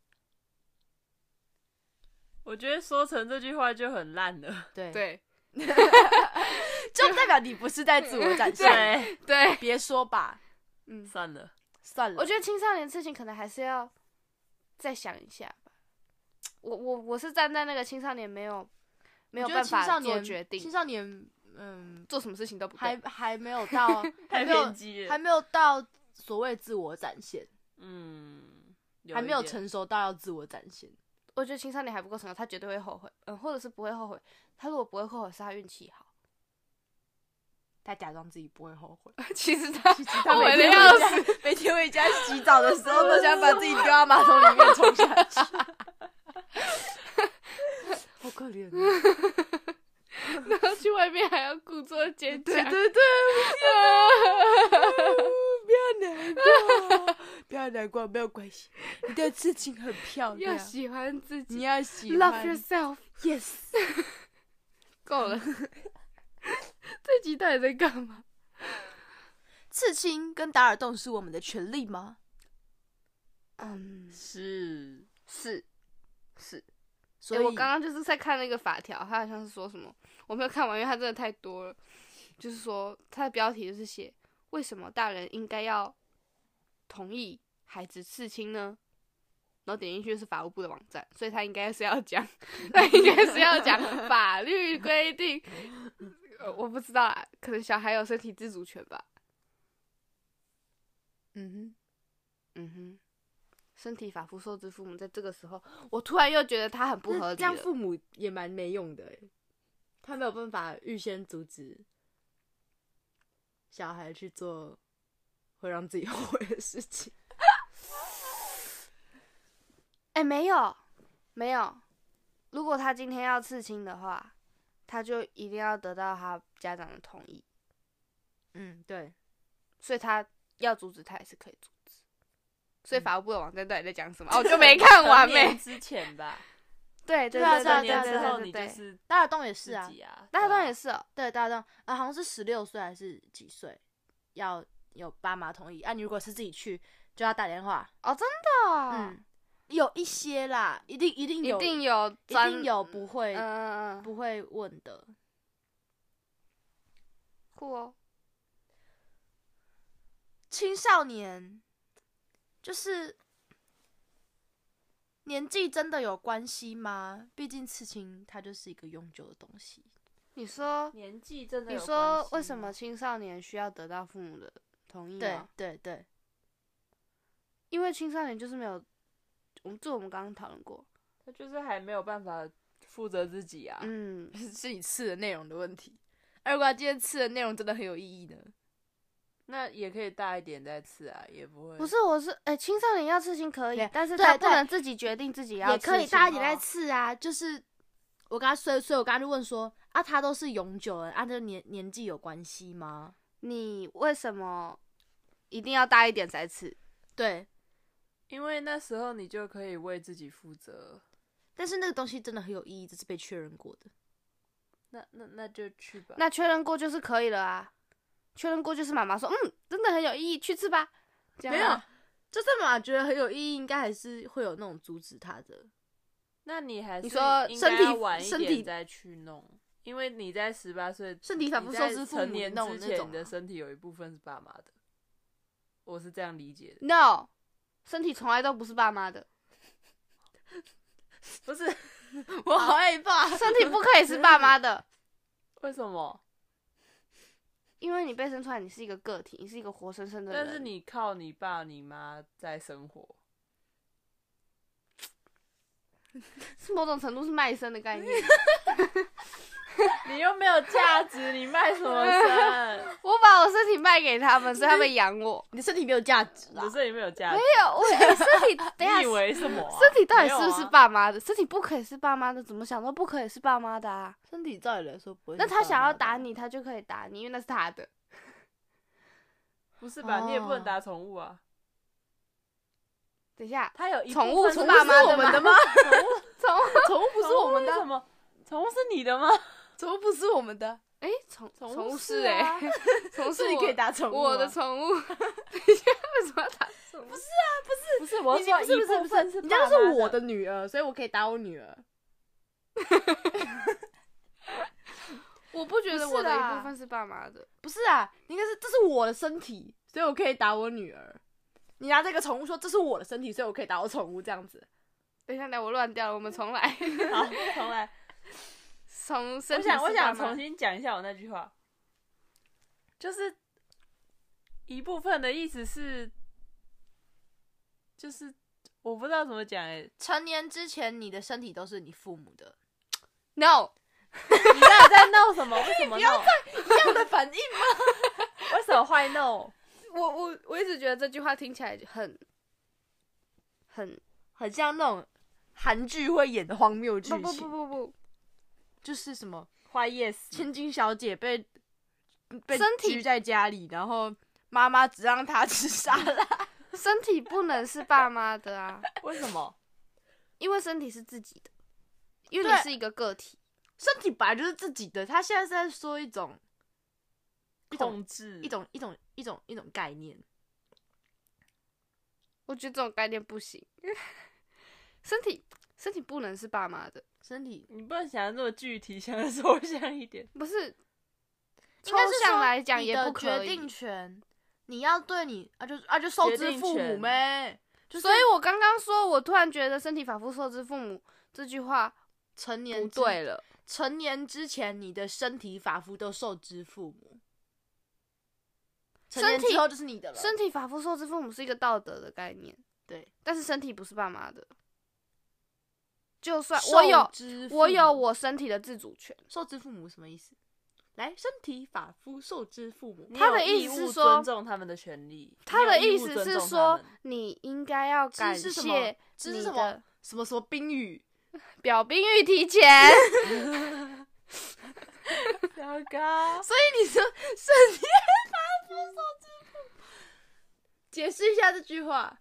我觉得说成这句话就很烂了。 对， 就代表你不是在自我展现。 对， 别说吧。 算了。 我觉得青少年事情可能还是要再想一下吧。我是站在那个青少年没有办法做决定， 青少年做什么事情都不对， 还没有到太偏激了， 还没有到所谓自我展现。 还没有成熟到要自我展现。 我觉得青少年还不够成熟，他绝对会后悔，或者是不会后悔。他如果不会后悔，是他运气好。 他假装自己不会后悔， 其实他他每天回家，每天回家洗澡的时候都想把自己丢到马桶里面冲下去，好可怜啊！ 然后去外面还要故作坚强。 对，不要难过，不要难过，没有关系，你的刺青很漂亮， 要喜欢自己， 你要喜欢 ，love yourself， yes， 够了。这集到底在干嘛？ 刺青跟打耳洞是我们的权利吗？ 是。 所以我刚刚就是在看那个法条，他好像是说什么，我没有看完，因为他真的太多了。就是说，他的标题就是写为什么大人应该要同意孩子刺青呢？然后点进去是法务部的网站，所以他应该是要讲，法律规定。我不知道啦，可能小孩有身体自主权吧。身体发肤受之父母，在这个时候，我突然又觉得他很不合理了。 这样父母也蛮没用的欸，他没有办法预先阻止小孩去做会让自己后悔的事情。 没有。如果他今天要刺青的话，他就一定要得到他家长的同意。 对， 所以他要阻止，他也是可以阻止。所以法务部的网站到底在讲什么？我就没看完没。 之前吧。 对， 成年之后你就是打耳洞也是啊， 打耳洞也是哦。 对，打耳洞好像是16岁还是几岁要有爸妈同意啊？你如果是自己去，就要打电话。 哦，真的哦。 有一些啦，一定有不会问的。 酷哦。 青少年就是年纪真的有关系吗？毕竟刺青它就是一个永久的东西。 你说年纪真的有关系吗？ 你说为什么青少年需要得到父母的同意吗？ 对， 因为青少年就是没有。我们刚刚讨论过， 他就是还没有办法负责自己啊。 是你刺的内容的问题。如果他今天刺的内容真的很有意义呢？ 那也可以大一点再刺啊，也不会。 不是，我是青少年要刺青可以，但是他不能自己决定自己要刺青。 也可以大一点再刺啊。就是我刚刚所以我刚刚就问说啊，他都是永久的，这年纪有关系吗？ 你为什么一定要大一点才刺？ 对。 因为那时候你就可以为自己负责， 但是那个东西真的很有意义，这是被确认过的。 那就去吧。 那确认过就是可以了啊，确认过就是妈妈说真的很有意义，去吃吧。这样没有，就算妈妈觉得很有意义，应该还是会有那种阻止他的。 那你还是你说应该要晚一点再去弄，因为你在18岁， 身体发肤受之父母成年之前，你的身体有一部分是爸妈的。我是这样理解的。 No。身体从来都不是爸妈的， 不是， 我好害怕。 身体不可以是爸妈的， 为什么？ 因为你被生出来，你是一个个体，你是一个活生生的人。 但是你靠你爸你妈在生活， 是某种程度是卖身的概念。 你又没有价值，你卖什么身？ 我把我身体卖给他们，所以他们养我。 你的身体没有价值啊！ 你的身体没有价值。 没有，我身体等一下， 你以为什么啊？ 身体到底是不是爸妈的？身体不可以是爸妈的，怎么想都不可以是爸妈的啊！ 身体照理来说不会。 那他想要打你，他就可以打你，因为那是他的。 不是吧？你也不能打宠物啊。 等一下， 他有宠物是爸妈的吗？ 宠物不是我们的？ 什么？宠物是你的吗？ 宠物不是我们的。 宠物是宠物是你可以打宠物。 我的宠物。等一下，为什么要打宠物？ 不是啊，不是， 我说不是，人家就是我的女儿，所以我可以打我女儿。 我不觉得我的一部分是爸妈的。 不是啊，应该是这是我的身体，所以我可以打我女儿。你拿这个宠物说这是我的身体，所以我可以打我宠物，这样子。 等一下，我乱掉了，我们重来。 好，重来。我想重新讲一下我那句话，就是一部分的意思是，就是我不知道怎么讲成年之前，你的身体都是你父母的。 No， 你到底在闹什么？为什么 no？ 不要一样的反应吗？ 为什么坏 no？ 我一直觉得这句话听起来很像那种韩剧会演的荒谬剧情。 不， 就是什么坏 yes， 千金小姐被身体拘在家里，然后妈妈只让她吃沙拉。 身体不能是爸妈的啊， 为什么？ 因为身体是自己的，因为你是一个个体。 身体本来就是自己的，他现在是在说一种控制， 一种概念。 我觉得这种概念不行，身体不能是爸妈的， 身体你不能想的那么具体，想的抽象一点。 不是抽应该是说象来讲你也不可以。 的决定权，你要对你就受之父母呗。就是、 所以我刚刚说，我突然觉得身体发肤受之父母这句话成年不对了。 成年之前，你的身体发肤都受之父母。成年之后就是你的了。 身体发肤受之父母是一个道德的概念， 对， 但是身体不是爸妈的。就算我有我身体的自主权， 受之父母什么意思？来，身体发肤受之父母。 他的意思是说尊重他们的权利。 他的意思是说，你应该要感谢你的什么宾语， 表宾语提前。 糟糕。 所以你说身体发肤受之父母，解释一下这句话。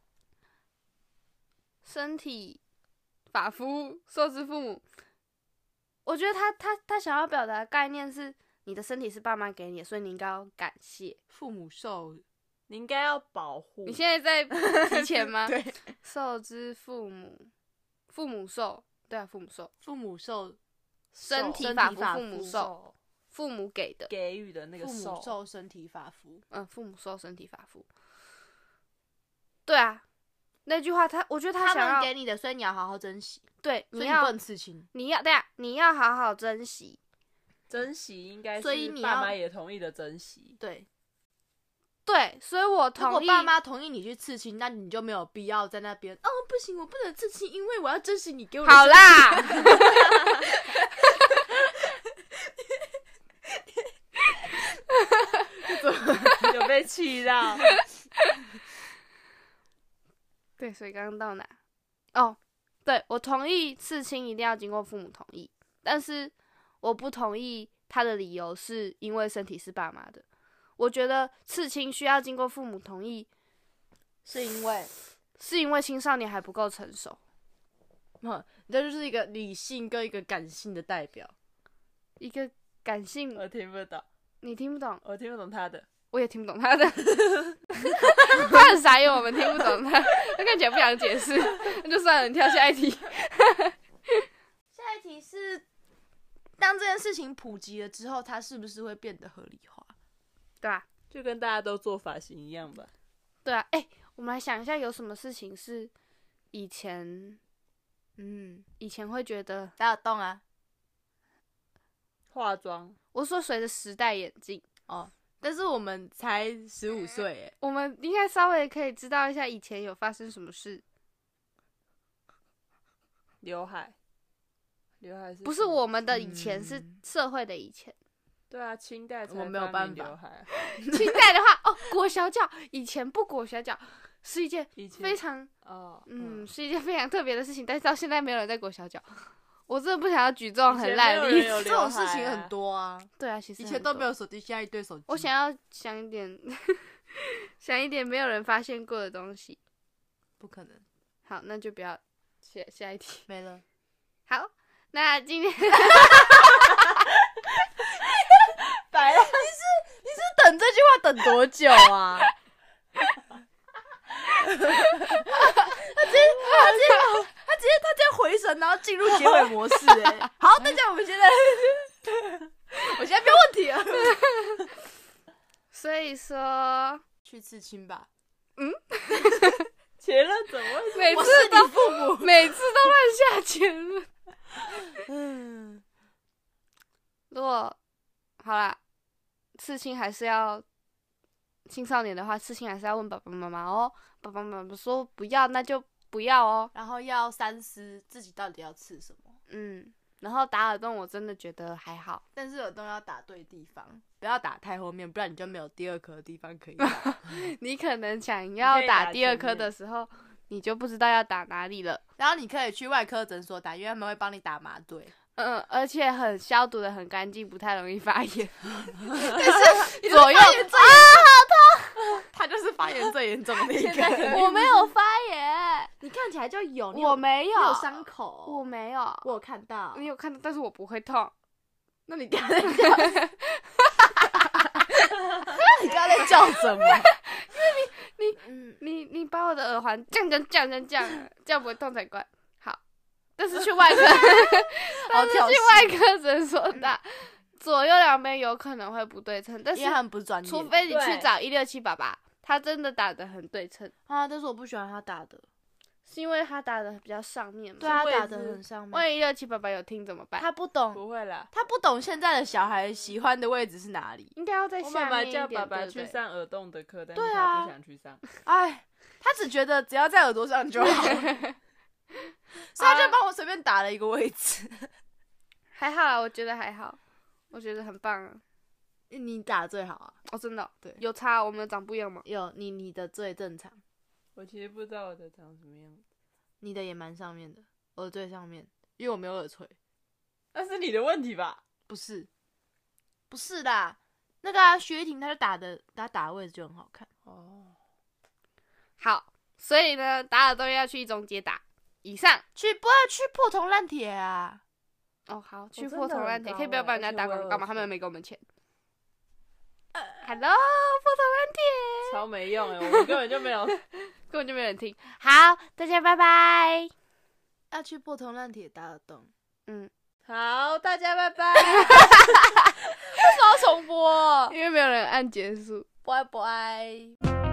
身体发肤受之父母，我觉得他想要表达的概念是，你的身体是爸妈给你的，所以你应该要感谢父母受， 你应该要保护。 你现在在提前吗？ 对， 受之父母，父母受，对啊，父母受， 父母受， 身体发肤，父母受，父母给的， 给予的那个父母受身体发肤， 父母受身体发肤。对啊，那句话我觉得他想要们给你的，所以你要好好珍惜。 对， 所以你不能刺青。 你要好好珍惜。 珍惜应该所以你要是爸妈也同意的珍惜。 对，所以我同意。 如果爸妈同意你去刺青，那你就没有必要在那边不行，我不能刺青，因为我要珍惜你给我的。 好啦。 有被气到。 对，所以刚刚到哪？对，我同意刺青一定要经过父母同意，但是我不同意他的理由是因为身体是爸妈的。我觉得刺青需要经过父母同意， 是因为青少年还不够成熟。 你这就是一个理性跟一个感性的代表。 一个感性， 我听不懂。 你听不懂？ 我听不懂他的。 我也听不懂他的。他很傻眼，我们听不懂他看起来不想解释，那就算了，你跳下一题。 下一题是，当这件事情普及了之后，它是不是会变得合理化？ 对啊， 就跟大家都做发型一样吧。 对啊，我们来想一下，有什么事情是以前会觉得打得动啊？ 化妆， 我说随着时代演进但是我们才15岁耶， 我们应该稍微可以知道一下以前有发生什么事。 刘海是不是我们的以前，是社会的以前。 对啊，清代才我没有办法刘海。 清代的话，裹小脚，以前不裹小脚是一件非常是一件非常特别的事情，但是到现在没有人在裹小脚。我真的不想要举这种很烂的例子， 这种事情很多啊。 对啊，其实以前都没有手机，现在一堆手机。 我想要想一点没有人发现过的东西。 不可能。 好，那就不要下一题。 没了。 好，那今天白了，你是等这句话等多久啊？他直接回神，然后进入结尾模式。好，大家我们现在不要问题了。 所以说去刺青吧。 结论怎么会？ 每次都乱下结论。如果好啦，刺青还是要青少年的话，刺青还是要问爸爸妈妈哦。爸爸妈妈说不要，那就不要哦。 然后要三思自己到底要刺什么。 然后打耳洞我真的觉得还好， 但是耳洞要打对地方，不要打太后面，不然你就没有第二颗的地方可以打。 你可能想要打第二颗的时候，你就不知道要打哪里了。 然后你可以去外科诊所打，因为他们会帮你打麻醉。 而且很消毒的很干净，不太容易发炎。 但是左右好痛！他就是发炎最严重的一个。 我没有发炎， 你看起来就有， 我没有， 你有伤口， 我没有， 我有看到， 你有看到，但是我不会痛。 那你刚才在叫？你刚才在叫什么？ 你把我的耳环这样不会痛才怪。好，但是去外科，诊所打，左右两边有可能会不对称，但是因为他们不是专业， 除非你去找16788，他真的打得很对称啊。但是我不喜欢他打的， 是因为他打得比较上面嘛。 对，他打得很上面。 万一16788有听怎么办？ 他不懂， 不会啦， 他不懂现在的小孩喜欢的位置是哪里， 应该要在下面一点。 我妈妈叫爸爸去上耳洞的课，但是对啊， 他不想去上。 哎，他只觉得只要在耳朵上就好，所以他就帮我随便打了一个位置。 还好啦，我觉得还好，我觉得很棒啊。 你打的最好啊！ 哦，真的哦？ 对， 有差，我们长不一样吗？ 有，你的最正常。 我其实不知道我的长什么样子。 你的也蛮上面的，我的最上面，因为我没有耳垂。 那是你的问题吧？ 不是，不是啦，那个啊，薛婷他打的位置就很好看。 哦， 好，所以呢，打耳洞要去一中街打。以上不要去破铜烂铁啊！ 哦，好，去破铜烂铁，可以不要帮人家打广告吗？他们又没给我们钱。Hello， 破铜烂铁， 超没用我们根本就没有， 根本就没人听。好，大家拜拜。 要去破铜烂铁打耳洞。 好，大家拜拜。 为什么要重播？ 因为没有人按结束。 拜拜。